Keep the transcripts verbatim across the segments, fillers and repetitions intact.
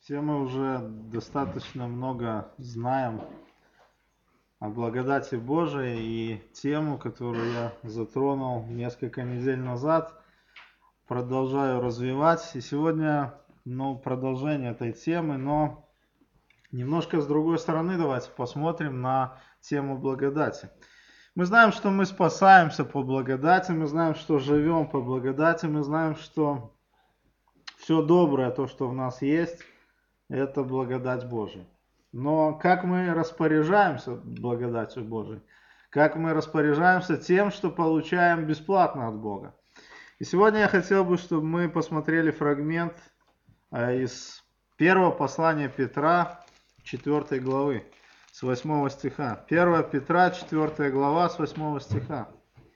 Все мы уже достаточно много знаем о благодати Божией, и тему, которую я затронул несколько недель назад, продолжаю развивать. И сегодня, ну, продолжение этой темы, но немножко с другой стороны давайте посмотрим на тему благодати. Мы знаем, что мы спасаемся по благодати, мы знаем, что живем по благодати, мы знаем, что все доброе, то, что в нас есть, это благодать Божия. Но как мы распоряжаемся благодатью Божией? Как мы распоряжаемся тем, что получаем бесплатно от Бога? И сегодня я хотел бы, чтобы мы посмотрели фрагмент из первого послания Петра, четвёртой главы, с восьмого стиха. первое Петра, четвёртая глава, с восьмого стиха.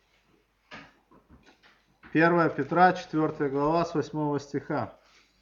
первое Петра, четвёртая глава, с восьмого стиха.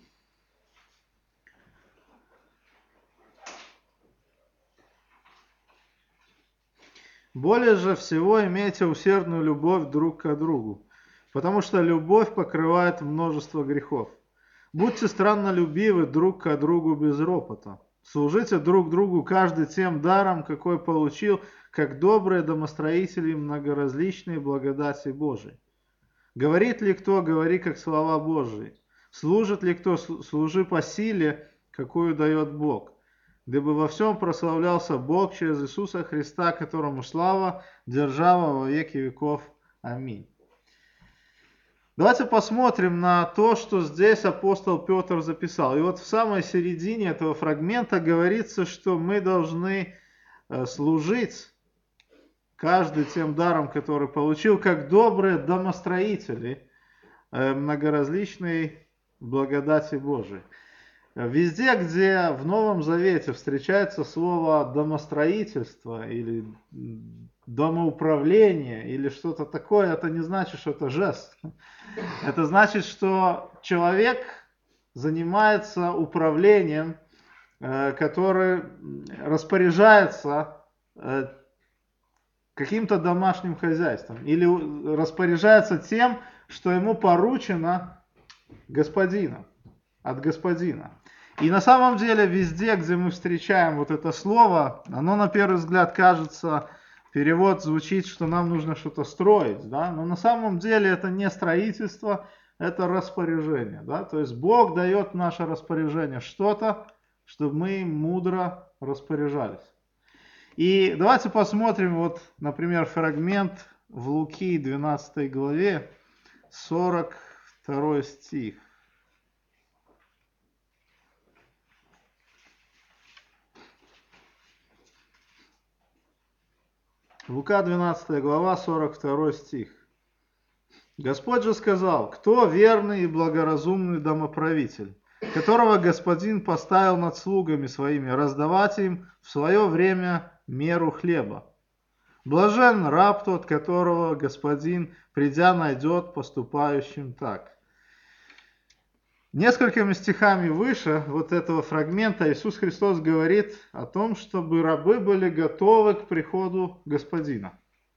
«Более же всего имейте усердную любовь друг к другу, потому что любовь покрывает множество грехов. Будьте страннолюбивы друг к другу без ропота. Служите друг другу каждый тем даром, какой получил, как добрые домостроители многоразличные благодати Божией. Говорит ли кто, говори как слова Божии. Служит ли кто, служи по силе, какую дает Бог. Дабы во всем прославлялся Бог через Иисуса Христа, которому слава, держава во веки веков. Аминь». Давайте посмотрим на то, что здесь апостол Петр записал. И вот в самой середине этого фрагмента говорится, что мы должны служить каждый тем даром, который получил, как добрые домостроители многоразличной благодати Божией. Везде, где в Новом Завете встречается слово домостроительство или домоуправление или что-то такое, это не значит, что это жест. Это значит, что человек занимается управлением, который распоряжается каким-то домашним хозяйством или распоряжается тем, что ему поручено господином, от господина. И на самом деле везде, где мы встречаем вот это слово, оно на первый взгляд кажется, перевод звучит, что нам нужно что-то строить, да? Но на самом деле это не строительство, это распоряжение. Да? То есть Бог дает в наше распоряжение что-то, чтобы мы мудро распоряжались. И давайте посмотрим, вот, например, фрагмент в Луки двенадцатой главе, сорок второй стих. Лука двенадцатая глава, сорок второй стих. «Господь же сказал: кто верный и благоразумный домоправитель, которого господин поставил над слугами своими, раздавать им в свое время меру хлеба? Блажен раб тот, которого господин, придя, найдет поступающим так». Несколькими стихами выше вот этого фрагмента Иисус Христос говорит о том, чтобы рабы были готовы к приходу Господина.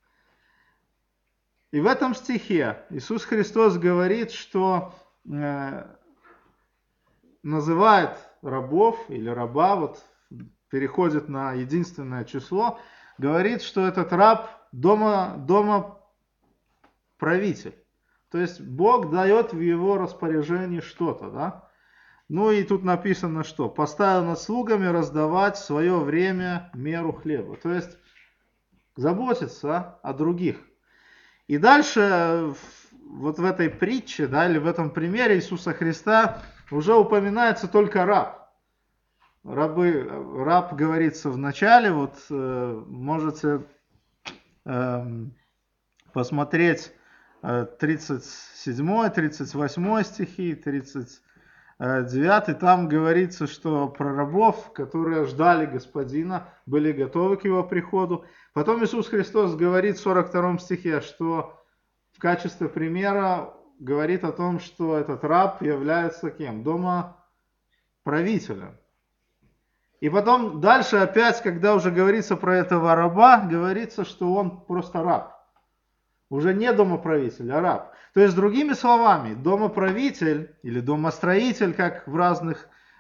И в этом стихе Иисус Христос говорит, что э, называет рабов или раба, вот переходит на единственное число, говорит, что этот раб дома, домоправитель. То есть Бог дает в его распоряжении что-то, да? Ну и тут написано, что поставил над слугами раздавать в свое время меру хлеба. То есть заботиться о других. И дальше вот в этой притче, да, или в этом примере Иисуса Христа уже упоминается только раб. Рабы, раб говорится в начале, вот э, можете э, посмотреть тридцать седьмой, тридцать восьмой стихи, тридцать девятый, там говорится, что про рабов, которые ждали господина, были готовы к его приходу. Потом Иисус Христос говорит в сорок втором стихе, что в качестве примера говорит о том, что этот раб является кем? Домоправителем. И потом дальше опять, когда уже говорится про этого раба, говорится, что он просто раб. Уже не домоправитель, а раб. То есть, другими словами, домоправитель или домостроитель, как в разных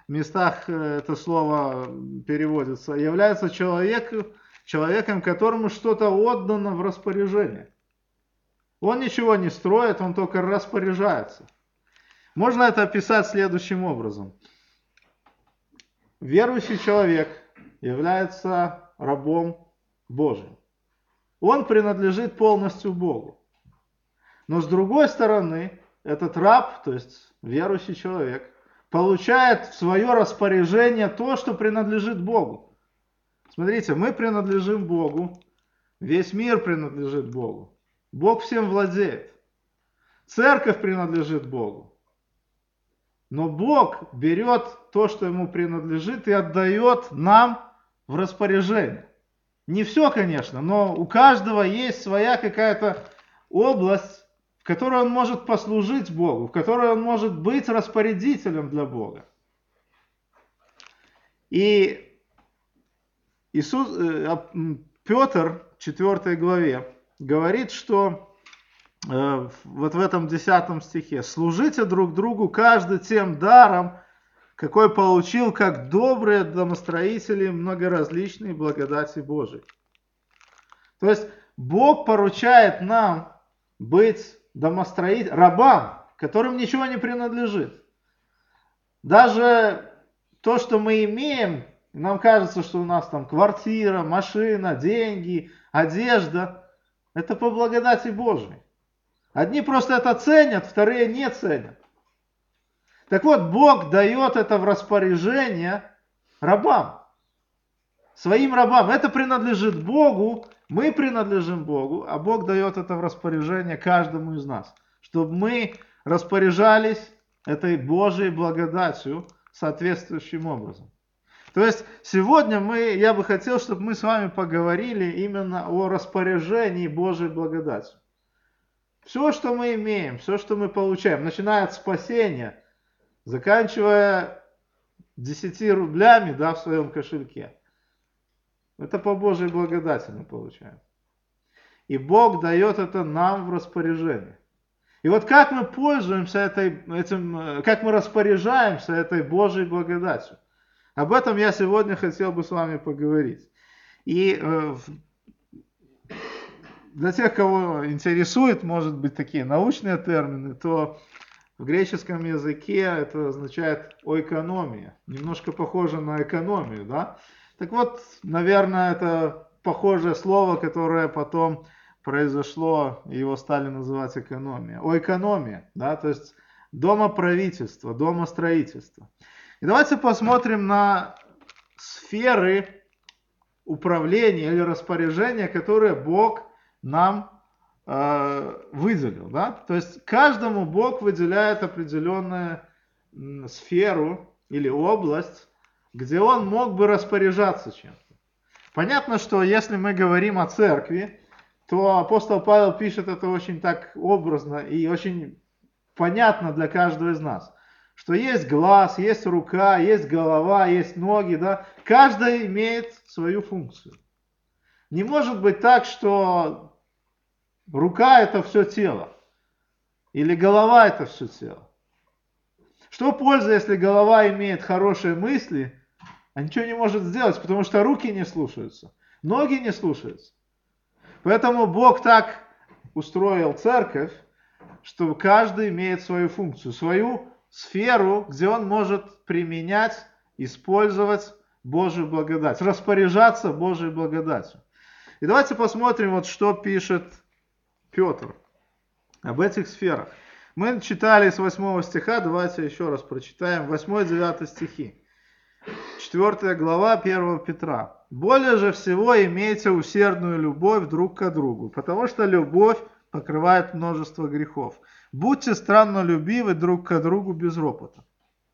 местах это слово переводится, является человек, человеком, которому что-то отдано в распоряжение. Он ничего не строит, он только распоряжается. Можно это описать следующим образом. Верующий человек является рабом Божьим. Он принадлежит полностью Богу. Но с другой стороны, этот раб, то есть верующий человек, получает в свое распоряжение то, что принадлежит Богу. Смотрите, мы принадлежим Богу, весь мир принадлежит Богу. Бог всем владеет. Церковь принадлежит Богу. Но Бог берет то, что ему принадлежит, и отдает нам в распоряжение. Не все, конечно, но у каждого есть своя какая-то область, в которой он может послужить Богу, в которой он может быть распорядителем для Бога. И Иисус, Петр в четвёртой главе говорит, что вот в этом десятом стихе: «Служите друг другу каждый тем даром, какой получил, как добрые домостроители многоразличной благодати Божией». То есть Бог поручает нам быть домостроителем, рабам, которым ничего не принадлежит. Даже то, что мы имеем, нам кажется, что у нас там квартира, машина, деньги, одежда, это по благодати Божией. Одни просто это ценят, вторые не ценят. Так вот, Бог дает это в распоряжение рабам, своим рабам. Это принадлежит Богу, мы принадлежим Богу, а Бог дает это в распоряжение каждому из нас, чтобы мы распоряжались этой Божьей благодатью соответствующим образом. То есть сегодня мы, я бы хотел, чтобы мы с вами поговорили именно о распоряжении Божьей благодатью. Все, что мы имеем, все, что мы получаем, начиная от спасения, заканчивая десяти рублями, да, в своем кошельке, это по Божьей благодати мы получаем. И Бог дает это нам в распоряжение. И вот как мы пользуемся этой, этим, как мы распоряжаемся этой Божьей благодатью, об этом я сегодня хотел бы с вами поговорить. И э, для тех, кого интересует, может быть, такие научные термины, то в греческом языке это означает ойкономия. Немножко похоже на экономию, да? Так вот, наверное, это похожее слово, которое потом произошло, его стали называть экономия. Ойкономия, да, то есть домоправительство, домостроительство. И давайте посмотрим на сферы управления или распоряжения, которые Бог нам э, выделил. Да? То есть каждому Бог выделяет определенную м, сферу или область, где он мог бы распоряжаться чем-то. Понятно, что если мы говорим о церкви, то апостол Павел пишет это очень так образно и очень понятно для каждого из нас. Что есть глаз, есть рука, есть голова, есть ноги, да? Каждый имеет свою функцию. Не может быть так, что рука это все тело, или голова это все тело. Что польза, если голова имеет хорошие мысли, а ничего не может сделать, потому что руки не слушаются, ноги не слушаются. Поэтому Бог так устроил церковь, что каждый имеет свою функцию, свою сферу, где он может применять, использовать Божью благодать, распоряжаться Божьей благодатью. И давайте посмотрим, вот что пишет Петр об этих сферах. Мы читали с восьмого стиха, давайте еще раз прочитаем восьмой-девятый стихи. четвёртая глава первого Петра. «Более же всего имейте усердную любовь друг к другу, потому что любовь покрывает множество грехов. Будьте страннолюбивы друг к другу без ропота».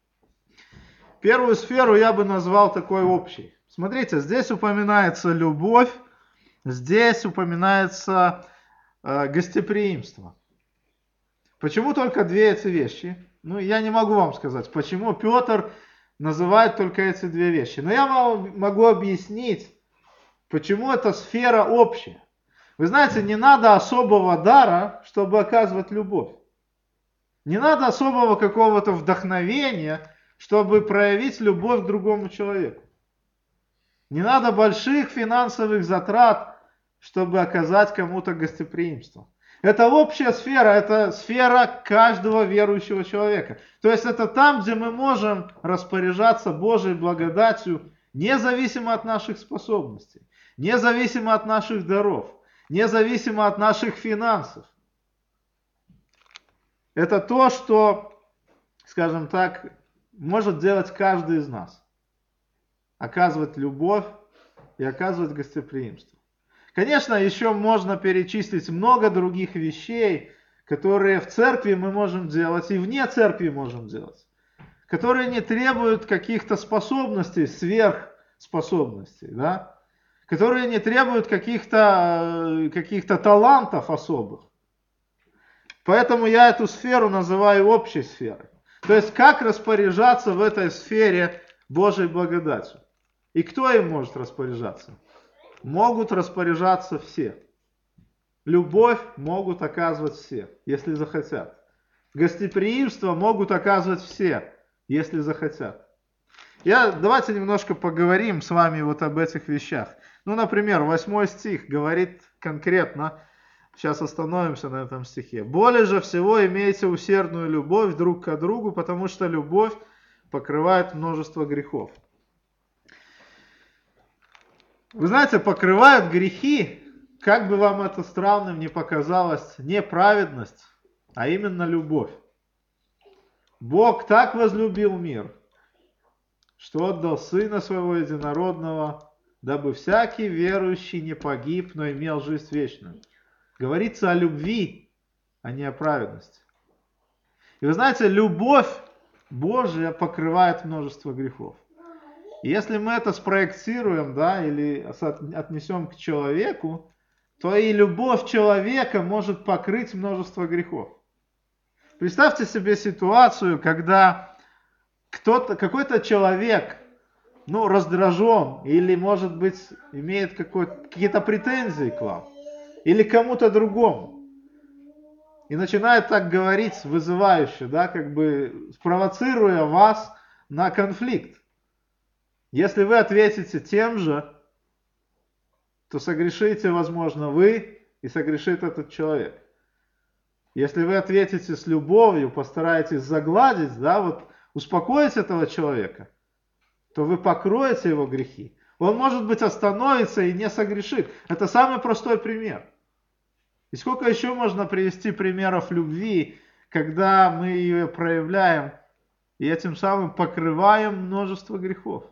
Первую сферу я бы назвал такой общей. Смотрите, здесь упоминается любовь, здесь упоминается э, гостеприимство. Почему только две эти вещи? Ну, я не могу вам сказать, почему Петр называет только эти две вещи. Но я вам могу объяснить, почему эта сфера общая. Вы знаете, не надо особого дара, чтобы оказывать любовь. Не надо особого какого-то вдохновения, чтобы проявить любовь к другому человеку. Не надо больших финансовых затрат, чтобы оказать кому-то гостеприимство. Это общая сфера, это сфера каждого верующего человека. То есть это там, где мы можем распоряжаться Божьей благодатью, независимо от наших способностей, независимо от наших даров, независимо от наших финансов. Это то, что, скажем так, может делать каждый из нас. Оказывать любовь и оказывать гостеприимство. Конечно, еще можно перечислить много других вещей, которые в церкви мы можем делать и вне церкви можем делать, которые не требуют каких-то способностей, сверхспособностей, да? Которые не требуют каких-то каких-то талантов особых. Поэтому я эту сферу называю общей сферой. То есть, как распоряжаться в этой сфере Божьей благодатью. И кто им может распоряжаться? Могут распоряжаться все. Любовь могут оказывать все, если захотят. Гостеприимство могут оказывать все, если захотят. Я, давайте немножко поговорим с вами вот об этих вещах. Ну, например, восьмой стих говорит конкретно, сейчас остановимся на этом стихе. «Более же всего имейте усердную любовь друг к другу, потому что любовь покрывает множество грехов». Вы знаете, покрывают грехи, как бы вам это странным ни показалось, не праведность, а именно любовь. Бог так возлюбил мир, что отдал Сына Своего Единородного, дабы всякий верующий не погиб, но имел жизнь вечную. Говорится о любви, а не о праведности. И вы знаете, любовь Божия покрывает множество грехов. Если мы это спроектируем, да, или отнесем к человеку, то и любовь человека может покрыть множество грехов. Представьте себе ситуацию, когда кто-то, какой-то человек, ну, раздражен, или, может быть, имеет какие-то претензии к вам, или к кому-то другому, и начинает так говорить вызывающе, да, как бы спровоцируя вас на конфликт. Если вы ответите тем же, то согрешите, возможно, вы и согрешит этот человек. Если вы ответите с любовью, постараетесь загладить, да, вот успокоить этого человека, то вы покроете его грехи. Он, может быть, остановится и не согрешит. Это самый простой пример. И сколько еще можно привести примеров любви, когда мы ее проявляем и этим самым покрываем множество грехов.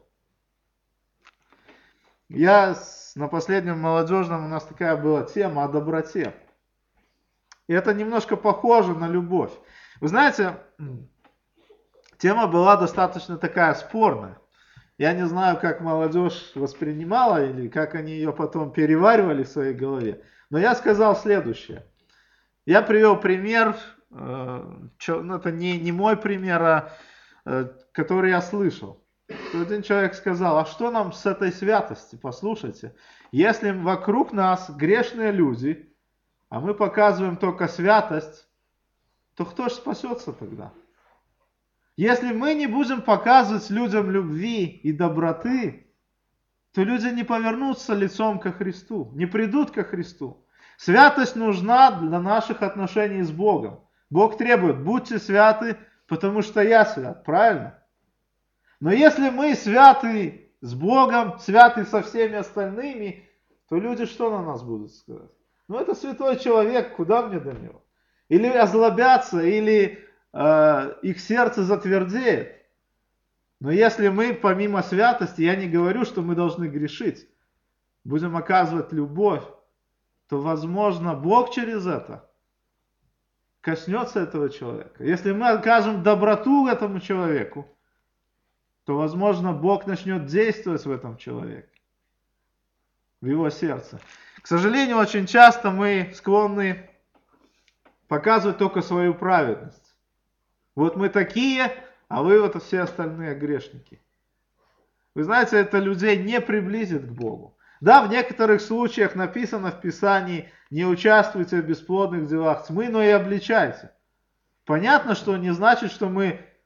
Я на последнем молодежном, у нас такая была тема о доброте. И это немножко похоже на любовь. Вы знаете, тема была достаточно такая спорная. Я не знаю, как молодежь воспринимала или как они ее потом переваривали в своей голове. Но я сказал следующее. Я привел пример, это не, не мой пример, а который я слышал. Один человек сказал: а что нам с этой святости? Послушайте, если вокруг нас грешные люди, а мы показываем только святость, то кто же спасется тогда? Если мы не будем показывать людям любви и доброты, то люди не повернутся лицом ко Христу, не придут ко Христу. Святость нужна для наших отношений с Богом. Бог требует: будьте святы, потому что я свят, правильно? Но если мы святы с Богом, святы со всеми остальными, то люди что на нас будут сказать? Ну, это святой человек, куда мне до него? Или озлобятся, или э, их сердце затвердеет. Но если мы, помимо святости, я не говорю, что мы должны грешить, будем оказывать любовь, то, возможно, Бог через это коснется этого человека. Если мы окажем доброту этому человеку, то, возможно, Бог начнет действовать в этом человеке, в его сердце. К сожалению, очень часто мы склонны показывать только свою праведность. Вот мы такие, а вы вот все остальные грешники. Вы знаете, это людей не приблизит к Богу. Да, в некоторых случаях написано в Писании: не участвуйте в бесплодных делах тьмы, но и обличайте. Понятно, что не значит, что мы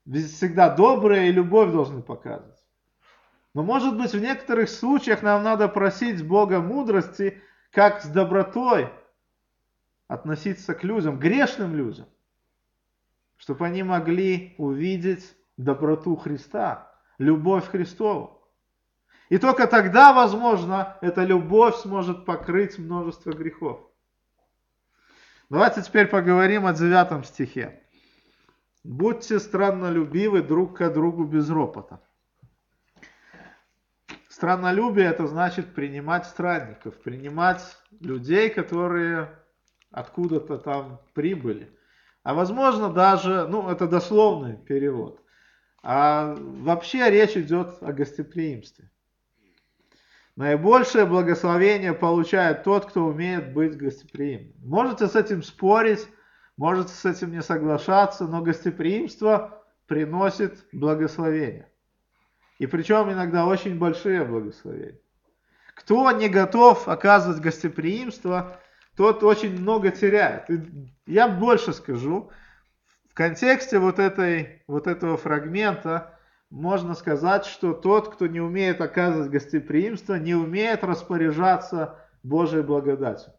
всегда доброе и любовь должны показывать. Но может быть в некоторых случаях нам надо просить Бога мудрости, как с добротой относиться к людям, грешным людям, чтобы они могли увидеть доброту Христа, любовь Христову. И только тогда, возможно, эта любовь сможет покрыть множество грехов. Давайте теперь поговорим о девятом стихе. «Будьте страннолюбивы друг к другу без ропота». Страннолюбие – это значит принимать странников, принимать людей, которые откуда-то там прибыли. А возможно даже, ну это дословный перевод, а вообще речь идет о гостеприимстве. Наибольшее благословение получает тот, кто умеет быть гостеприимным. Можете с этим спорить, можете с этим не соглашаться, но гостеприимство приносит благословение. И причем иногда очень большие благословения. Кто не готов оказывать гостеприимство, тот очень много теряет. И я больше скажу, в контексте вот, этой, вот этого фрагмента можно сказать, что тот, кто не умеет оказывать гостеприимство, не умеет распоряжаться Божьей благодатью.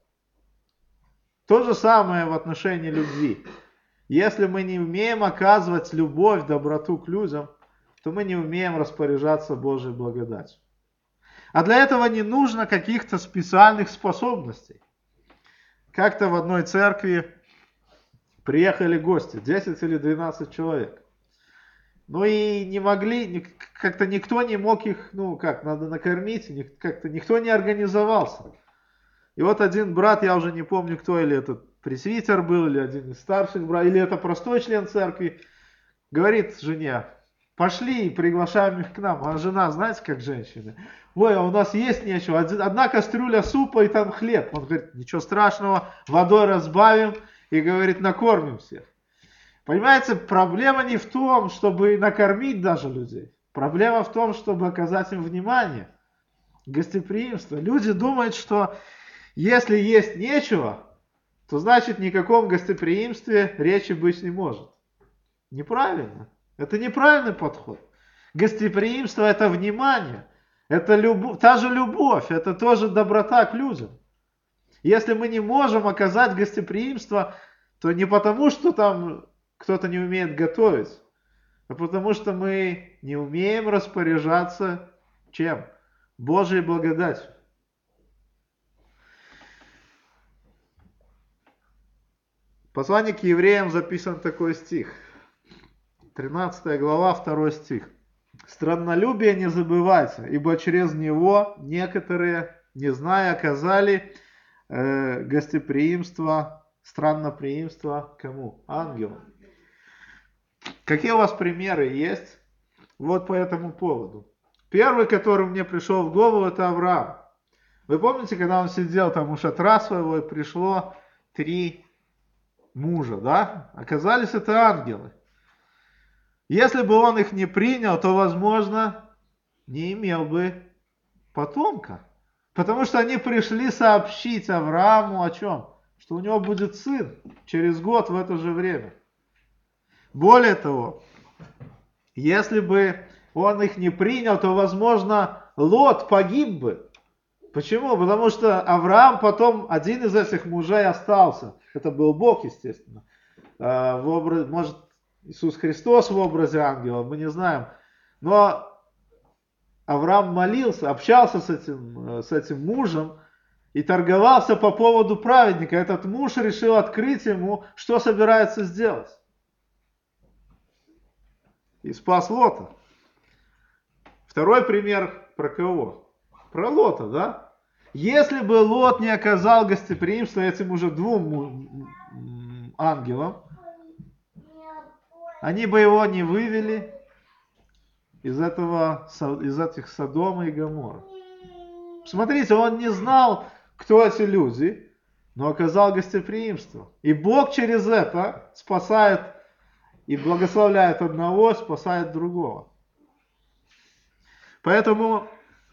То же самое в отношении любви. Если мы не умеем оказывать любовь, доброту к людям, то мы не умеем распоряжаться Божьей благодатью. А для этого не нужно каких-то специальных способностей. Как-то в одной церкви приехали гости, десять или двенадцать человек. Ну и не могли, как-то никто не мог их, ну как, надо накормить, как-то никто не организовался. И вот один брат, я уже не помню кто, или этот пресвитер был, или один из старших братьев, или это простой член церкви, говорит жене: пошли и приглашаем их к нам. А жена, знаете, как женщины: ой, а у нас есть нечего, одна кастрюля супа и там хлеб. Он говорит: ничего страшного, водой разбавим и, говорит, накормим всех. Понимаете, проблема не в том, чтобы накормить даже людей. Проблема в том, чтобы оказать им внимание, гостеприимство. Люди думают, что если есть нечего, то значит ни о каком гостеприимстве речи быть не может. Неправильно. Это неправильный подход. Гостеприимство – это внимание, это любовь, та же любовь, это тоже доброта к людям. Если мы не можем оказать гостеприимство, то не потому, что там кто-то не умеет готовить, а потому что мы не умеем распоряжаться чем? Божьей благодатью. В послании к евреям записан такой стих. тринадцатая глава, второй стих. «Страннолюбие не забывайте, ибо через него некоторые, не зная, оказали э, гостеприимство, странноприимство кому? Ангелам». Какие у вас примеры есть вот по этому поводу? Первый, который мне пришел в голову, это Авраам. Вы помните, когда он сидел там у шатра своего, и пришло три мужа, да? Оказались это ангелы. Если бы он их не принял, то, возможно, не имел бы потомка. Потому что они пришли сообщить Аврааму о чем? Что у него будет сын через год в это же время. Более того, если бы он их не принял, то, возможно, Лот погиб бы. Почему? Потому что Авраам потом, один из этих мужей остался. Это был Бог, естественно. В образе, может, Иисус Христос в образе ангела, мы не знаем. Но Авраам молился, общался с этим, с этим мужем и торговался по поводу праведника. Этот муж решил открыть ему, что собирается сделать. И спас Лота. Второй пример про кого? Про Лота, да? Если бы Лот не оказал гостеприимства этим уже двум ангелам, они бы его не вывели из, этого, из этих Содома и Гоморры. Смотрите, он не знал, кто эти люди, но оказал гостеприимство. И Бог через это спасает и благословляет одного, спасает другого. Поэтому,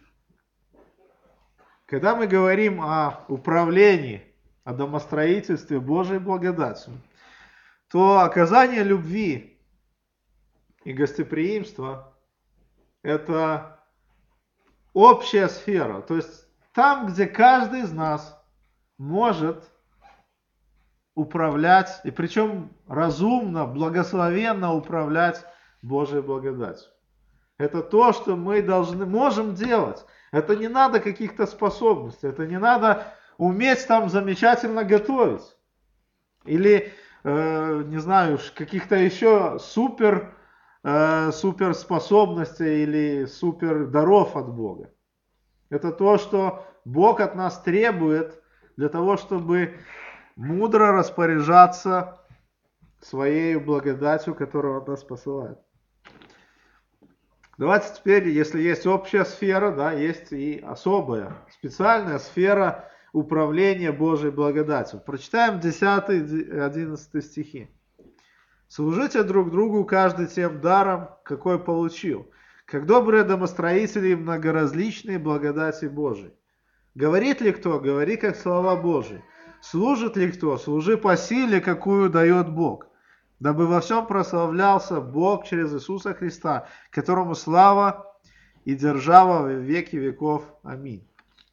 когда мы говорим о управлении, о домостроительстве Божьей благодатью, то оказание любви и гостеприимство – это общая сфера. То есть там, где каждый из нас может управлять, и причем разумно, благословенно управлять Божьей благодатью. Это то, что мы должны, можем делать. Это не надо каких-то способностей, это не надо уметь там замечательно готовить. Или, э, не знаю, каких-то еще супер, э, супер способностей или супер даров от Бога. Это то, что Бог от нас требует для того, чтобы мудро распоряжаться своей благодатью, которую Он нас посылает. Давайте теперь, если есть общая сфера, да, есть и особая, специальная сфера управления Божьей благодатью. Прочитаем десятый-одиннадцатый стихи. «Служите друг другу каждый тем даром, какой получил, как добрые домостроители и многоразличные благодати Божией. Говорит ли кто, говори как слова Божии. Служит ли кто, служи по силе, какую дает Бог, дабы во всем прославлялся Бог через Иисуса Христа, которому слава и держава во веки веков. Аминь».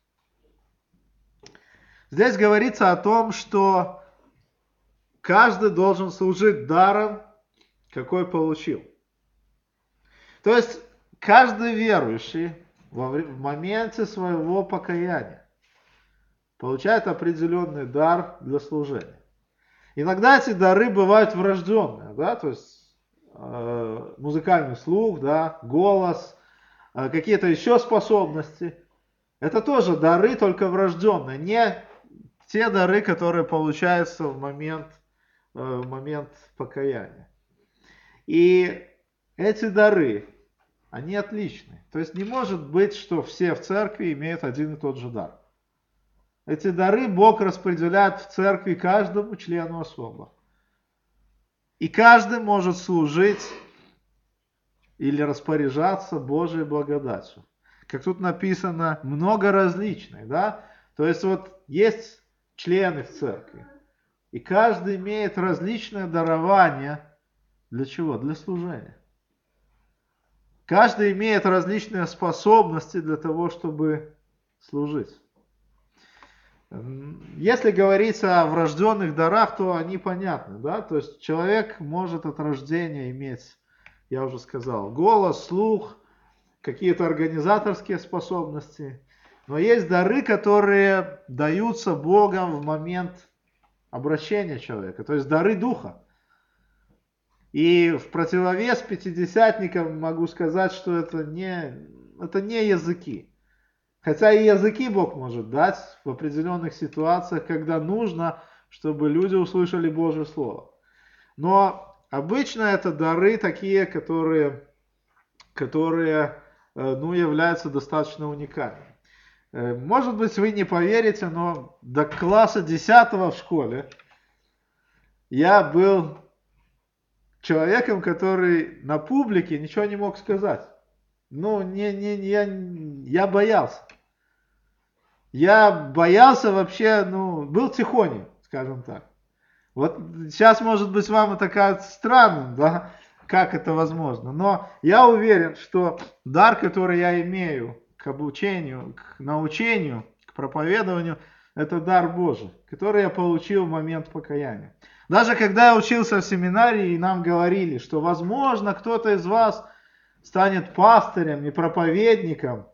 Здесь говорится о том, что каждый должен служить даром, какой получил. То есть каждый верующий в моменте своего покаяния получает определенный дар для служения. Иногда эти дары бывают врожденные, да, то есть э, музыкальный слух, да, голос, э, какие-то еще способности. Это тоже дары, только врожденные, не те дары, которые получаются в момент, э, в момент покаяния. И эти дары, они отличны. То есть не может быть, что все в церкви имеют один и тот же дар. Эти дары Бог распределяет в церкви каждому члену особо. И каждый может служить или распоряжаться Божьей благодатью. Как тут написано, много различных, да? То есть вот есть члены в церкви. И каждый имеет различное дарование. Для чего? Для служения. Каждый имеет различные способности для того, чтобы служить. Если говорится о врожденных дарах, то они понятны, да? То есть человек может от рождения иметь, я уже сказал, голос, слух, какие-то организаторские способности. Но есть дары, которые даются Богом в момент обращения человека, то есть дары Духа. И в противовес пятидесятникам могу сказать, что это не, это не языки. Хотя и языки Бог может дать в определенных ситуациях, когда нужно, чтобы люди услышали Божье Слово. Но обычно это дары такие, которые, которые ну, являются достаточно уникальными. Может быть, вы не поверите, но до класса десятого в школе я был человеком, который на публике ничего не мог сказать. Ну, не, не, я, я боялся. Я боялся вообще, ну, был тихоней, скажем так. Вот сейчас, может быть, вам это кажется странным, да, как это возможно. Но я уверен, что дар, который я имею к обучению, к научению, к проповедованию, это дар Божий, который я получил в момент покаяния. Даже когда я учился в семинарии, и нам говорили, что, возможно, кто-то из вас станет пастырем и проповедником,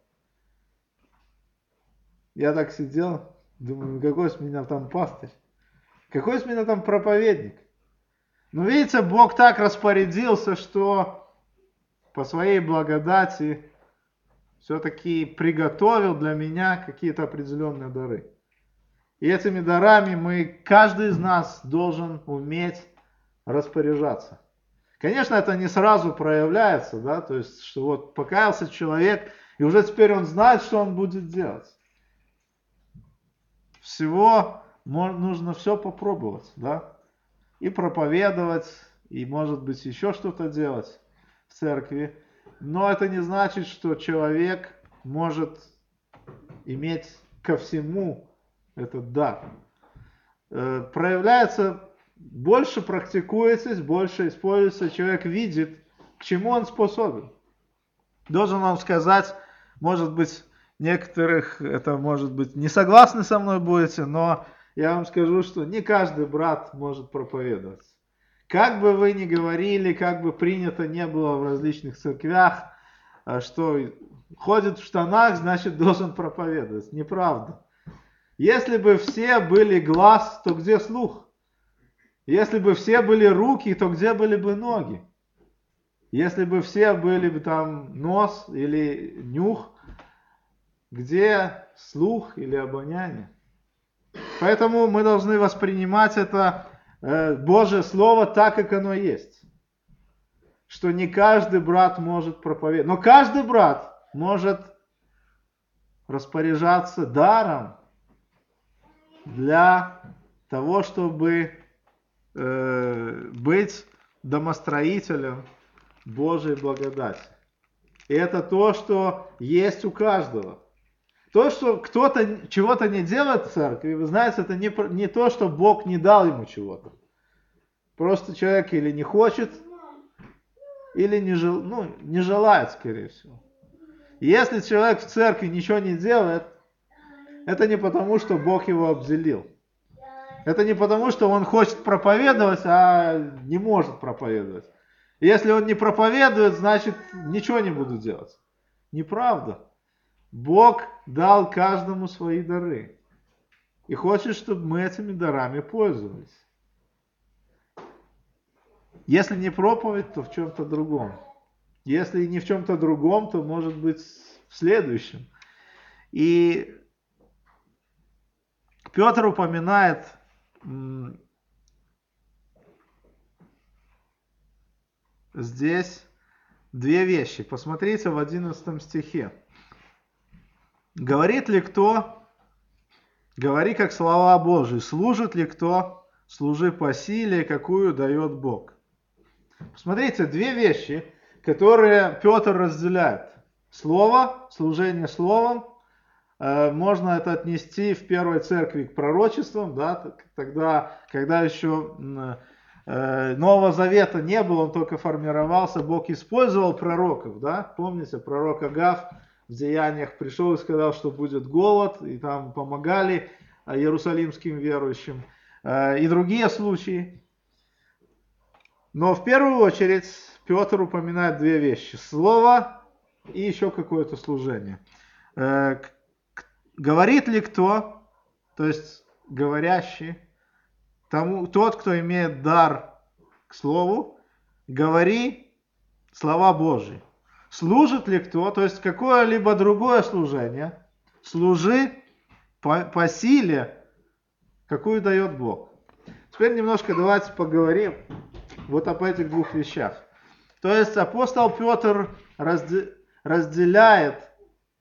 я так сидел, думаю, какой с меня там пастырь, какой с меня там проповедник. Но видите, Бог так распорядился, что по своей благодати все-таки приготовил для меня какие-то определенные дары. И этими дарами мы, каждый из нас должен уметь распоряжаться. Конечно, это не сразу проявляется, да, то есть, что вот покаялся человек, и уже теперь он знает, что он будет делать. Всего нужно все попробовать, да, и проповедовать, и, может быть, еще что-то делать в церкви. Но это не значит, что человек может иметь ко всему этот дар. Проявляется, больше практикуетесь, больше используется, человек видит, к чему он способен. Должен вам сказать, может быть, некоторых, это может быть, не согласны со мной будете, но я вам скажу, что не каждый брат может проповедовать. Как бы вы ни говорили, как бы принято не было в различных церквях, что ходит в штанах, значит должен проповедовать. Неправда. Если бы все были глаз, то где слух? Если бы все были руки, то где были бы ноги? Если бы все были бы там нос или нюх, где слух или обоняние? Поэтому мы должны воспринимать это э, Божье Слово так, как оно есть. Что не каждый брат может проповедовать. Но каждый брат может распоряжаться даром для того, чтобы э, быть домостроителем Божьей благодати. И это то, что есть у каждого. То, что кто-то чего-то не делает в церкви, вы знаете, это не, не то, что Бог не дал ему чего-то. Просто человек или не хочет, или не, жел, ну, не желает, скорее всего. И если человек в церкви ничего не делает, это не потому, что Бог его обделил. Это не потому, что он хочет проповедовать, а не может проповедовать. И если он не проповедует, значит ничего не буду делать. Неправда. Бог дал каждому свои дары. И хочет, чтобы мы этими дарами пользовались. Если не проповедь, то в чем-то другом. Если не в чем-то другом, то может быть в следующем. И Петр упоминает м, здесь две вещи. Посмотрите в одиннадцатом стихе. Говорит ли кто, говори как слова Божии, служит ли кто, служи по силе, какую дает Бог. Посмотрите, две вещи, которые Петр разделяет. Слово, служение словом, э, можно это отнести в первой церкви к пророчествам, да, тогда, когда еще э, Нового Завета не было, он только формировался, Бог использовал пророков, да, помните, пророк Агав в Деяниях пришел и сказал, что будет голод, и там помогали иерусалимским верующим, и другие случаи. Но в первую очередь Петр упоминает две вещи. Слово и еще какое-то служение. Говорит ли кто, то есть говорящий, тому, тот, кто имеет дар к слову, говори слова Божьи. Служит ли кто, то есть какое-либо другое служение, служи по, по силе, какую дает Бог. Теперь немножко давайте поговорим вот об этих двух вещах. То есть апостол Петр разделяет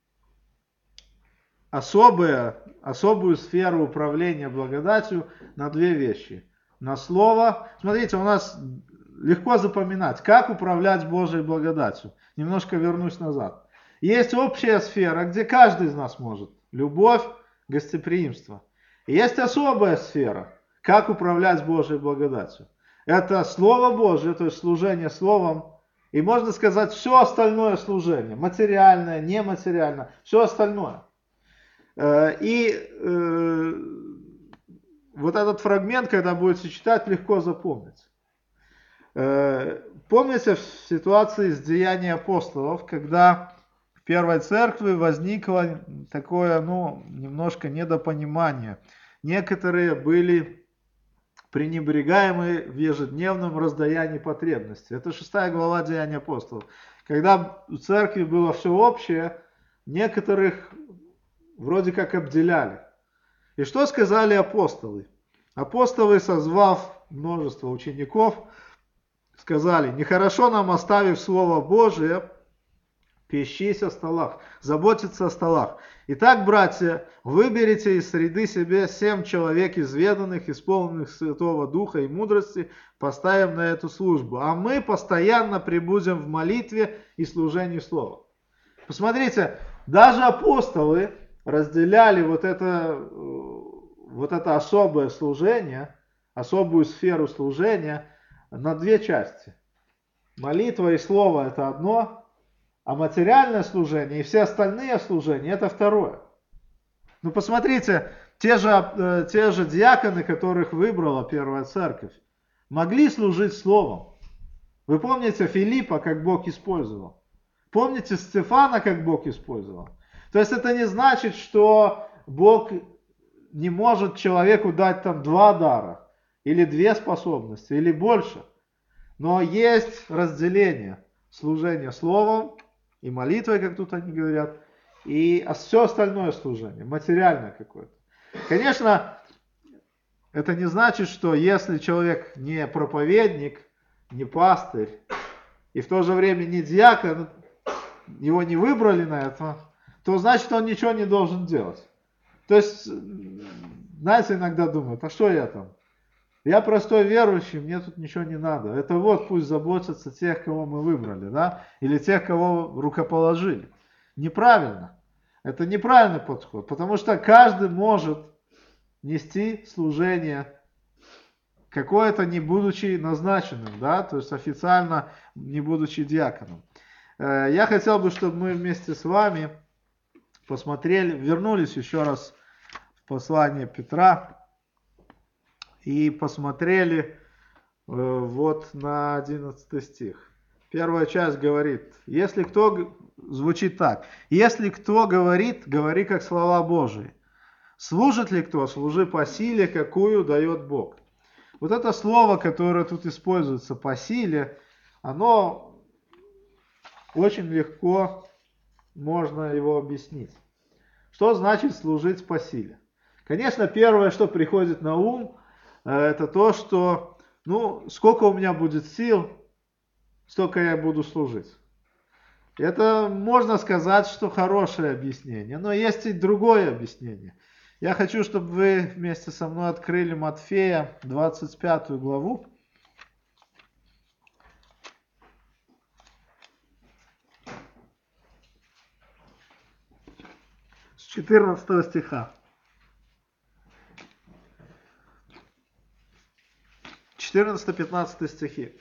особое, особую сферу управления благодатью на две вещи. На слово. Смотрите, у нас легко запоминать, как управлять Божьей благодатью. Немножко вернусь назад. Есть общая сфера, где каждый из нас может. Любовь, гостеприимство. И есть особая сфера, как управлять Божьей благодатью. Это Слово Божье, то есть служение Словом. И можно сказать, все остальное служение. Материальное, нематериальное. Все остальное. И э, вот этот фрагмент, когда будете читать, легко запомнить. Помните в ситуации с Деянием апостолов, когда в первой церкви возникло такое, ну, немножко недопонимание. Некоторые были пренебрегаемы в ежедневном раздаянии потребностей. Это шестая глава Деяний апостолов. Когда в церкви было все общее, некоторых вроде как обделяли. И что сказали апостолы? Апостолы, созвав множество учеников, сказали: нехорошо нам, оставив Слово Божие, пищись о столах, заботиться о столах. Итак, братья, выберите из среды себе семь человек изведанных, исполненных Святого Духа и мудрости, поставим на эту службу. А мы постоянно пребудем в молитве и служении Слова. Посмотрите, даже апостолы разделяли вот это, вот это особое служение, особую сферу служения на две части. молитва и слово это одно, а материальное служение и все остальные служения это второе. Ну посмотрите, те же, э, те же диаконы, которых выбрала Первая Церковь, могли служить словом. Вы помните Филиппа, как Бог использовал? Помните Стефана, как Бог использовал? То есть это не значит, что Бог не может человеку дать там два дара, или две способности, или больше. Но есть разделение служения словом и молитвой, как тут они говорят, и все остальное служение, материальное какое-то. Конечно, это не значит, что если человек не проповедник, не пастырь, и в то же время не диакон, его не выбрали на это, то значит он ничего не должен делать. То есть, знаете, иногда думают, а что я там? Я простой верующий, мне тут ничего не надо. Это вот пусть заботятся тех, кого мы выбрали, да? Или тех, кого рукоположили. Неправильно. Это неправильный подход, потому что каждый может нести служение какое-то, не будучи назначенным, да? То есть официально не будучи диаконом. Я хотел бы, чтобы мы вместе с вами посмотрели, вернулись еще раз в послание Петра и посмотрели э, вот на одиннадцатый стих. Первая часть говорит, если кто, звучит так, если кто говорит, говори как слова Божии. Служит ли кто, служи по силе, какую дает Бог. Вот это слово, которое тут используется по силе, оно очень легко можно его объяснить. Что значит служить по силе? Конечно, первое, что приходит на ум, это то, что, ну, сколько у меня будет сил, столько я буду служить. Это можно сказать, что хорошее объяснение, но есть и другое объяснение. Я хочу, чтобы вы вместе со мной открыли Матфея, двадцать пятую главу. С четырнадцатого стиха. четырнадцатый-пятнадцатый стихи.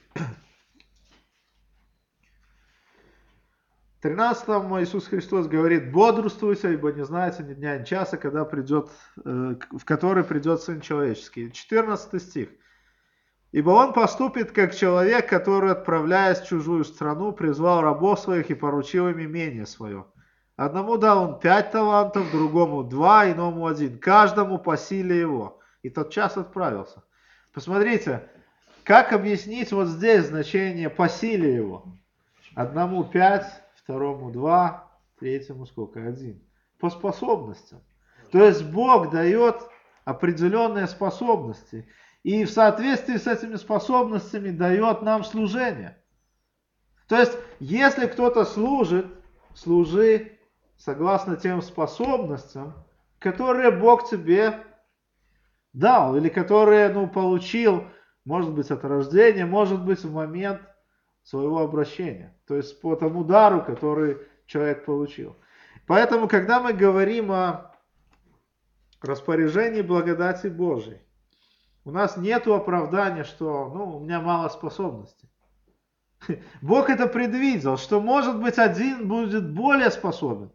В тринадцатом Иисус Христос говорит, бодрствуйте, ибо не знаете ни дня, ни часа, когда придет, в который придет Сын Человеческий. четырнадцатый стих. Ибо он поступит, как человек, который, отправляясь в чужую страну, призвал рабов своих и поручил им имение свое. Одному дал он пять талантов, другому два, иному один, каждому по силе его. И тотчас отправился. Посмотрите, как объяснить вот здесь значение по силе его. Одному пять, второму два, третьему сколько? Один. По способностям. То есть Бог дает определенные способности. И в соответствии с этими способностями дает нам служение. То есть, если кто-то служит, служи согласно тем способностям, которые Бог тебе дал, или которые, ну, получил, может быть, от рождения, может быть, в момент своего обращения. То есть, по тому дару, который человек получил. Поэтому, когда мы говорим о распоряжении благодати Божией, у нас нет оправдания, что, ну, у меня мало способностей. Бог это предвидел, что, может быть, один будет более способен,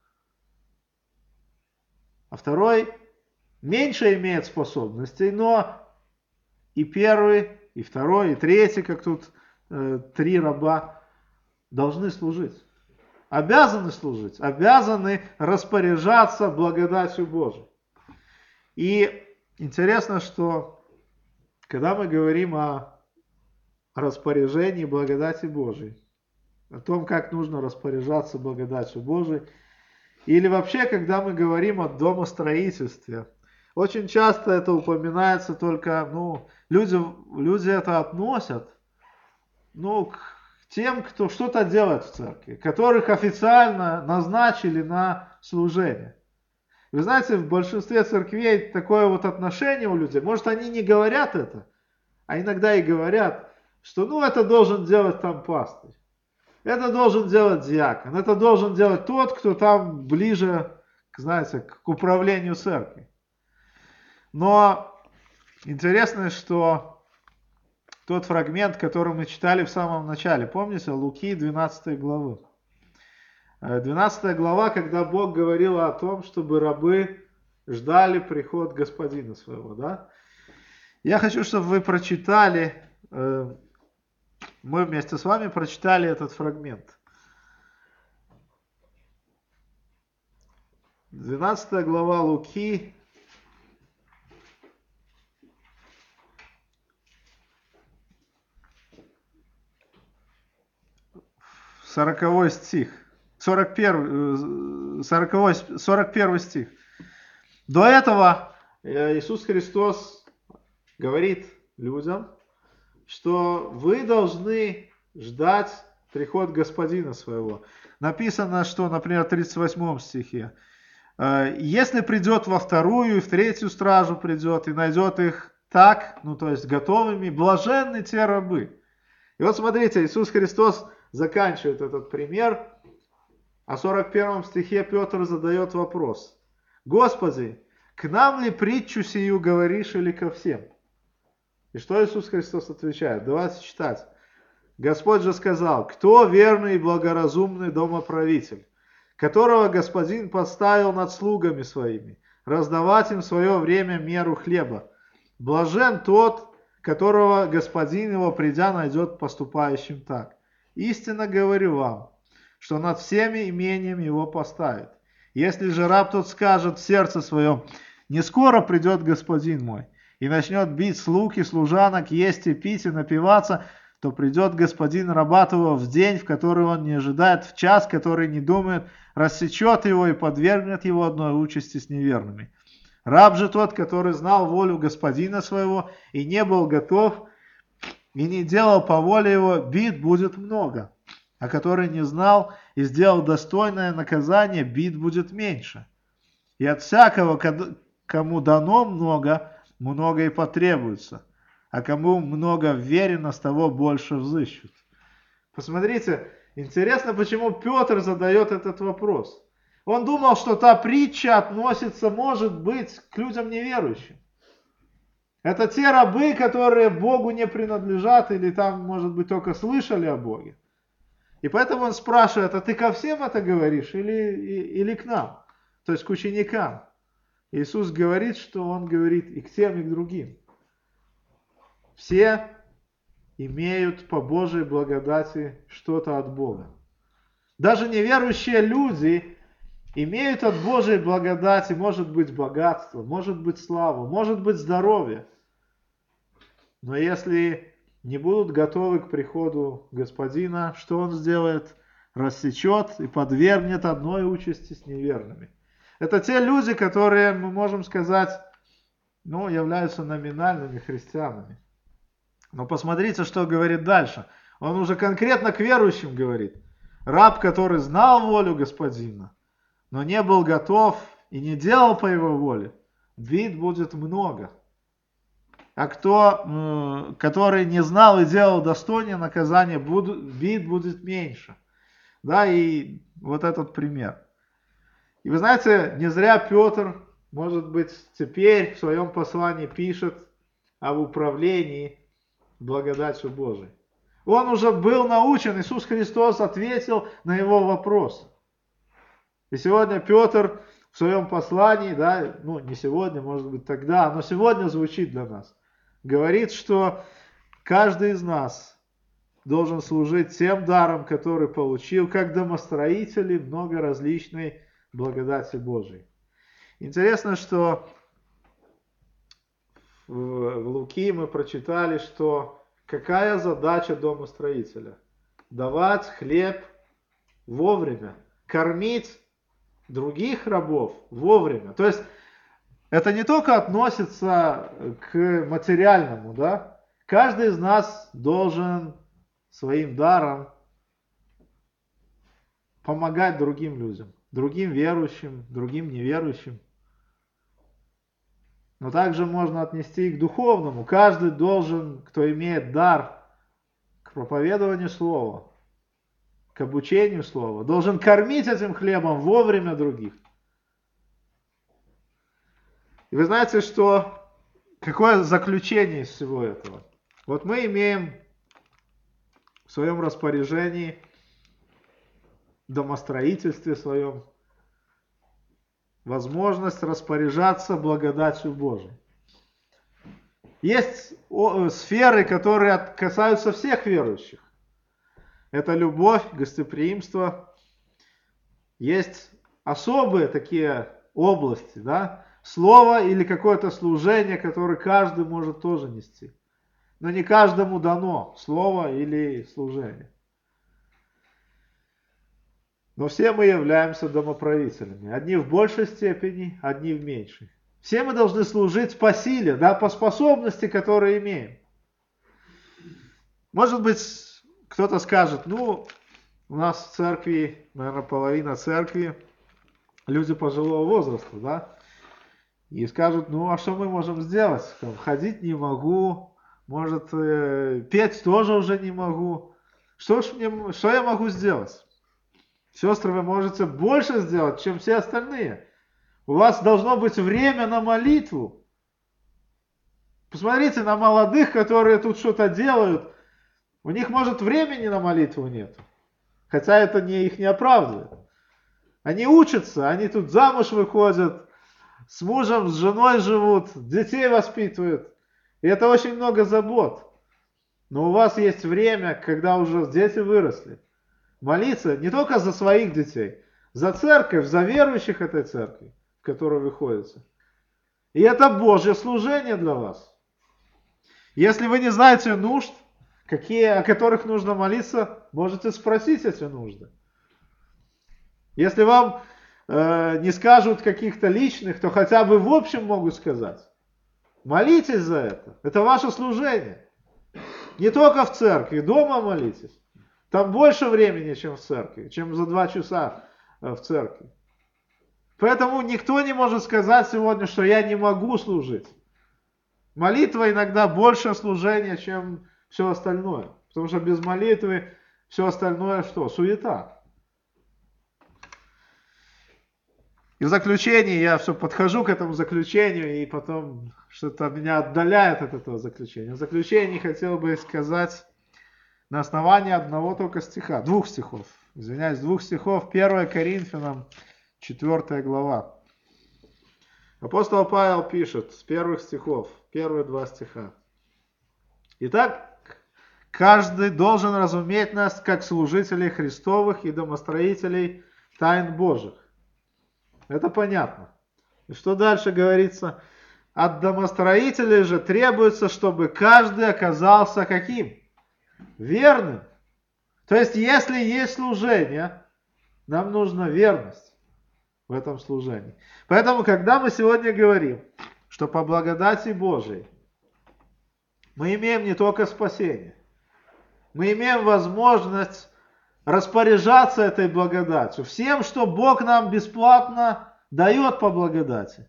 а второй меньше имеет способностей, но и первый, и второй, и третий, как тут э, три раба, должны служить. Обязаны служить, обязаны распоряжаться благодатью Божией. И интересно, что когда мы говорим о распоряжении благодати Божией, о том, как нужно распоряжаться благодатью Божией, или вообще, когда мы говорим о домостроительстве, очень часто это упоминается только, ну, люди, люди это относят, ну, к тем, кто что-то делает в церкви, которых официально назначили на служение. Вы знаете, в большинстве церквей такое вот отношение у людей, может, они не говорят это, а иногда и говорят, что, ну, это должен делать там пастырь, это должен делать диакон, это должен делать тот, кто там ближе, знаете, к управлению церкви. Но интересно, что тот фрагмент, который мы читали в самом начале. Помните, Луки двенадцатой главы. двенадцатая глава, когда Бог говорил о том, чтобы рабы ждали приход Господина своего. Да? Я хочу, чтобы вы прочитали, мы вместе с вами прочитали этот фрагмент. двенадцатая глава Луки. сороковой стих. сорок первый, сороковой, сорок первый стих. До этого Иисус Христос говорит людям, что вы должны ждать приход Господина своего. Написано, что, например, в тридцать восьмом стихе, если придет во вторую и в третью стражу придет и найдет их так, ну то есть готовыми, блаженны те рабы. И вот смотрите, Иисус Христос заканчивает этот пример, а в сорок первом стихе Петр задает вопрос: Господи, к нам ли притчу сию говоришь или ко всем? И что Иисус Христос отвечает? Давайте читать. Господь же сказал: кто верный и благоразумный домоправитель, которого Господин поставил над слугами своими, раздавать им в свое время меру хлеба? Блажен тот, которого Господин его, придя, найдет поступающим так. Истинно говорю вам, что над всеми имением его поставит. Если же раб тот скажет в сердце своем: не скоро придет Господин мой, и начнет бить слуг и служанок, есть и пить и напиваться, то придет Господин раба того в день, в который он не ожидает, в час, который не думает, рассечет его и подвергнет его одной участи с неверными. Раб же тот, который знал волю Господина своего и не был готов, и не делал по воле его, бит будет много. А который не знал и сделал достойное наказание, бит будет меньше. И от всякого, кому дано много, много и потребуется. А кому много вверено, с того больше взыщут. Посмотрите, интересно, почему Петр задает этот вопрос. Он думал, что та притча относится, может быть, к людям неверующим. Это те рабы, которые Богу не принадлежат или там, может быть, только слышали о Боге. И поэтому он спрашивает: а ты ко всем это говоришь или, или к нам? То есть к ученикам. Иисус говорит, что он говорит и к тем, и к другим. Все имеют по Божьей благодати что-то от Бога. Даже неверующие люди имеют от Божьей благодати, может быть, богатство, может быть, славу, может быть, здоровье. Но если не будут готовы к приходу Господина, что Он сделает? Рассечет и подвергнет одной участи с неверными. Это те люди, которые, мы можем сказать, ну, являются номинальными христианами. Но посмотрите, что говорит дальше. Он уже конкретно к верующим говорит. Раб, который знал волю Господина, но не был готов и не делал по его воле, бит будет много. А кто, который не знал и делал достойное наказание, бит будет меньше. Да, и вот этот пример. И вы знаете, не зря Петр, может быть, теперь в своем послании пишет об управлении благодатью Божией. Он уже был научен, Иисус Христос ответил на его вопрос. И сегодня Петр в своем послании, да, ну не сегодня, может быть тогда, но сегодня звучит для нас. Говорит, что каждый из нас должен служить тем даром, который получил, как домостроители, много различной благодати Божией. Интересно, что в Луки мы прочитали, что какая задача домостроителя? Давать хлеб вовремя, кормить других рабов вовремя. То есть это не только относится к материальному, да? Каждый из нас должен своим даром помогать другим людям, другим верующим, другим неверующим. Но также можно отнести и к духовному. Каждый должен, кто имеет дар к проповедованию слова, к обучению слова, должен кормить этим хлебом вовремя других. И вы знаете, что какое заключение из всего этого? Вот мы имеем в своем распоряжении, в домостроительстве своем, возможность распоряжаться благодатью Божией. Есть сферы, которые касаются всех верующих. Это любовь, гостеприимство. Есть особые такие области, да? Слово или какое-то служение, которое каждый может тоже нести. Но не каждому дано слово или служение. Но все мы являемся домоправителями. Одни в большей степени, одни в меньшей. Все мы должны служить по силе, да, по способности, которые имеем. Может быть, кто-то скажет, ну, у нас в церкви, наверное, половина церкви, люди пожилого возраста, да, и скажут, ну, а что мы можем сделать? Там, ходить не могу, может, э, петь тоже уже не могу. Что ж мне, что я могу сделать? Сестры, вы можете больше сделать, чем все остальные. У вас должно быть время на молитву. Посмотрите на молодых, которые тут что-то делают. У них, может, времени на молитву нет. Хотя это не, их не оправдывает. Они учатся, они тут замуж выходят, с мужем, с женой живут, детей воспитывают. И это очень много забот. Но у вас есть время, когда уже дети выросли. Молиться не только за своих детей, за церковь, за верующих этой церкви, в которой вы ходите. И это Божье служение для вас. Если вы не знаете нужд, какие, о которых нужно молиться, можете спросить эти нужды. Если вам э, не скажут каких-то личных, то хотя бы в общем могут сказать. Молитесь за это. Это ваше служение. Не только в церкви, дома молитесь. Там больше времени, чем в церкви, чем за два часа в церкви. Поэтому никто не может сказать сегодня, что я не могу служить. Молитва иногда больше служения, чем все остальное. Потому что без молитвы все остальное что? Суета. И в заключении, я все подхожу к этому заключению, и потом что-то меня отдаляет от этого заключения. В заключении хотел бы сказать на основании одного только стиха, двух стихов. Извиняюсь, двух стихов. первое Коринфянам, четвёртая глава. Апостол Павел пишет с первых стихов, первые два стиха. Итак, каждый должен разуметь нас как служителей Христовых и домостроителей тайн Божьих. Это понятно. И что дальше говорится? От домостроителей же требуется, чтобы каждый оказался каким? Верным. То есть, если есть служение, нам нужна верность в этом служении. Поэтому, когда мы сегодня говорим, что по благодати Божией мы имеем не только спасение, мы имеем возможность распоряжаться этой благодатью, всем, что Бог нам бесплатно дает по благодати.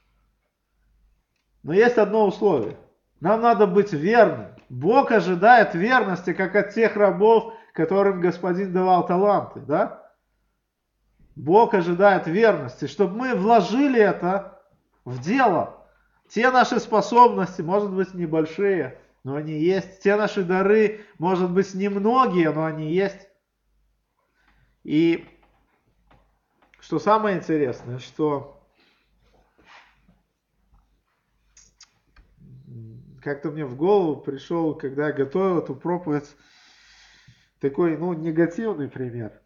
Но есть одно условие. Нам надо быть верным. Бог ожидает верности, как от тех рабов, которым Господин давал таланты. Да? Бог ожидает верности, чтобы мы вложили это в дело. Те наши способности, может быть, небольшие, но они есть. Те наши дары, может быть, немногие, но они есть. И что самое интересное, что как-то мне в голову пришел, когда я готовил эту проповедь, такой, ну, негативный пример.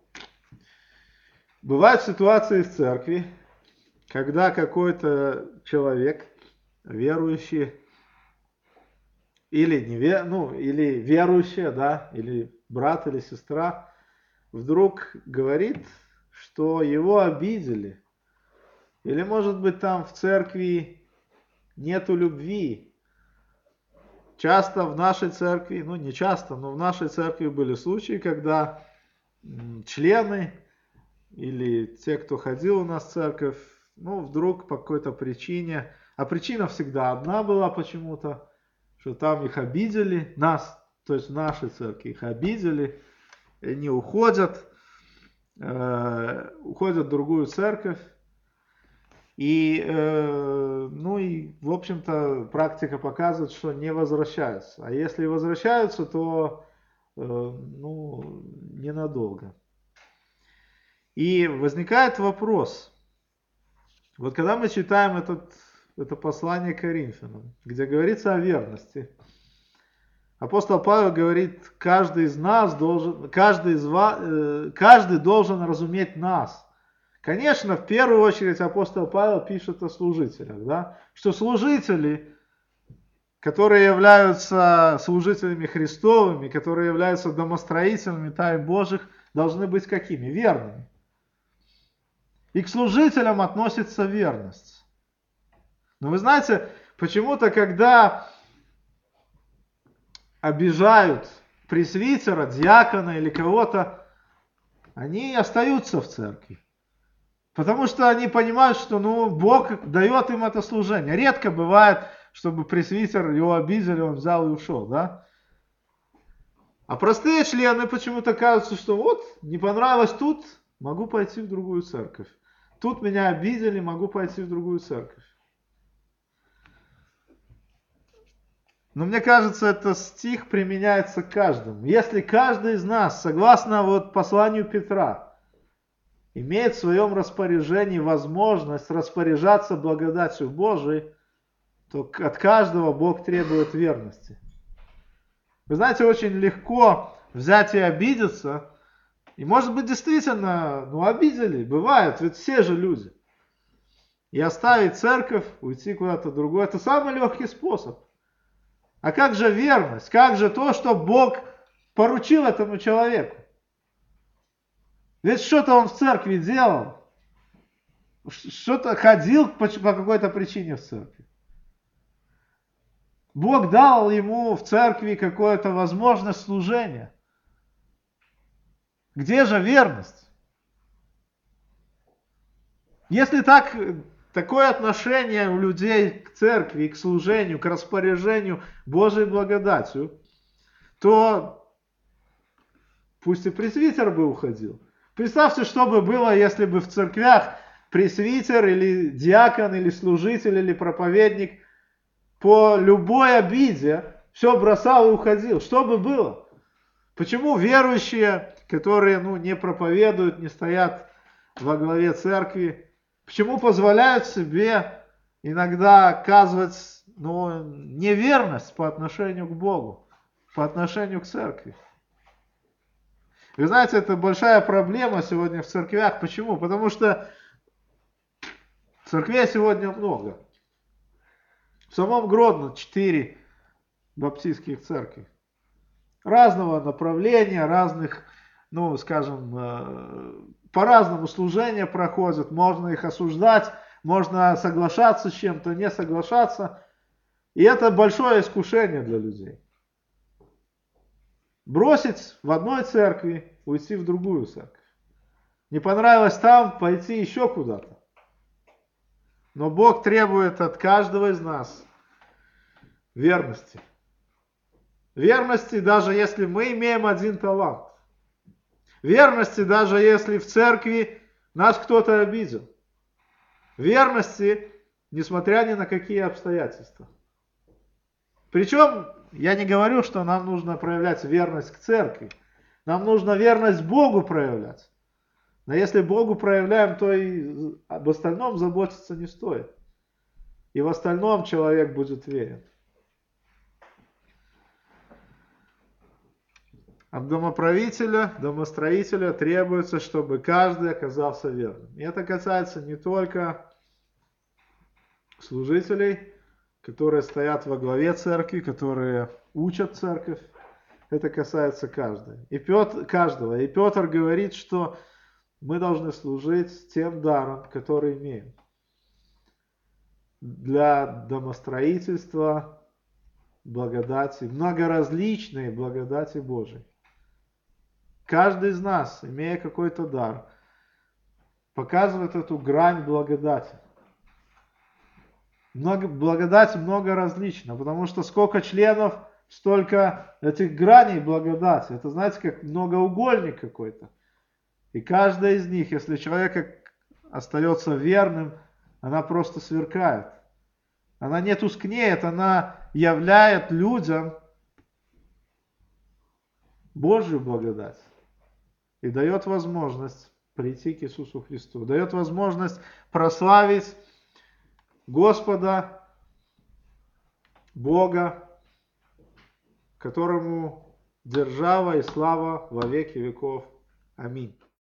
Бывают ситуации в церкви, когда какой-то человек, верующий, или, не вер, ну, или верующая, да, или брат, или сестра, вдруг говорит, что его обидели. Или, может быть, там в церкви нету любви. Часто в нашей церкви, ну не часто, но в нашей церкви были случаи, когда члены или те, кто ходил у нас в церковь, ну вдруг по какой-то причине, а причина всегда одна была почему-то, что там их обидели, нас, то есть в нашей церкви их обидели, и они уходят, э, уходят в другую церковь. И, э, ну и, в общем-то, практика показывает, что не возвращаются. А если возвращаются, то, э, ну, ненадолго. И возникает вопрос. Вот когда мы читаем этот, это послание к Коринфянам, где говорится о верности, апостол Павел говорит, каждый из нас должен, каждый, из вас, э, каждый должен разуметь нас. Конечно, в первую очередь апостол Павел пишет о служителях, да? Что служители, которые являются служителями Христовыми, которые являются домостроителями тайн Божьих, должны быть какими? Верными. И к служителям относится верность. Но вы знаете, почему-то, когда обижают пресвитера, диакона или кого-то, они остаются в церкви. Потому что они понимают, что ну, Бог дает им это служение. Редко бывает, чтобы пресвитер его обидели, он взял и ушел. Да? А простые члены почему-то кажутся, что вот, не понравилось тут, могу пойти в другую церковь. Тут меня обидели, могу пойти в другую церковь. Но мне кажется, этот стих применяется к каждому. Если каждый из нас, согласно вот посланию Петра, имеет в своем распоряжении возможность распоряжаться благодатью Божией, то от каждого Бог требует верности. Вы знаете, очень легко взять и обидеться, и может быть действительно, ну обидели, бывает, ведь все же люди. И оставить церковь, уйти куда-то другое, это самый легкий способ. А как же верность? Как же то, что Бог поручил этому человеку? Ведь что-то он в церкви делал, что-то ходил по какой-то причине в церкви. Бог дал ему в церкви какую-то возможность служения. Где же верность? Если так, такое отношение у людей к церкви, к служению, к распоряжению Божьей благодатью, то пусть и пресвитер бы уходил. Представьте, что бы было, если бы в церквях пресвитер или диакон, или служитель, или проповедник по любой обиде все бросал и уходил. Что бы было? Почему верующие, которые ну, не проповедуют, не стоят во главе церкви, почему позволяют себе иногда оказывать ну, неверность по отношению к Богу, по отношению к церкви? Вы знаете, это большая проблема сегодня в церквях. Почему? Потому что церквей сегодня много. В самом Гродно четыре баптистских церкви. Разного направления, разных, ну, скажем, по-разному служения проходят. Можно их осуждать, можно соглашаться с чем-то, не соглашаться. И это большое искушение для людей. Бросить в одной церкви, уйти в другую церковь. Не понравилось там, пойти еще куда-то. Но Бог требует от каждого из нас верности. Верности, даже если мы имеем один талант. Верности, даже если в церкви нас кто-то обидел. Верности, несмотря ни на какие обстоятельства. Причем, я не говорю, что нам нужно проявлять верность к церкви. Нам нужно верность Богу проявлять. Но если Богу проявляем, то и об остальном заботиться не стоит. И в остальном человек будет верен. От домоправителя, домостроителя требуется, чтобы каждый оказался верным. И это касается не только служителей, которые стоят во главе церкви, которые учат церковь. Это касается каждого. И Петр, каждого. И Петр говорит, что мы должны служить тем даром, который имеем. Для домостроительства благодати, многоразличные благодати Божией. Каждый из нас, имея какой-то дар, показывает эту грань благодати. Много, благодать много различна, потому что сколько членов, столько этих граней благодати. Это, знаете, как многоугольник какой-то. И каждая из них, если человек остается верным, Она просто сверкает. Она не тускнеет, она являет людям Божью благодать. И дает возможность прийти к Иисусу Христу. Дает возможность прославить Господа, Бога, которому держава и слава во веки веков. Аминь.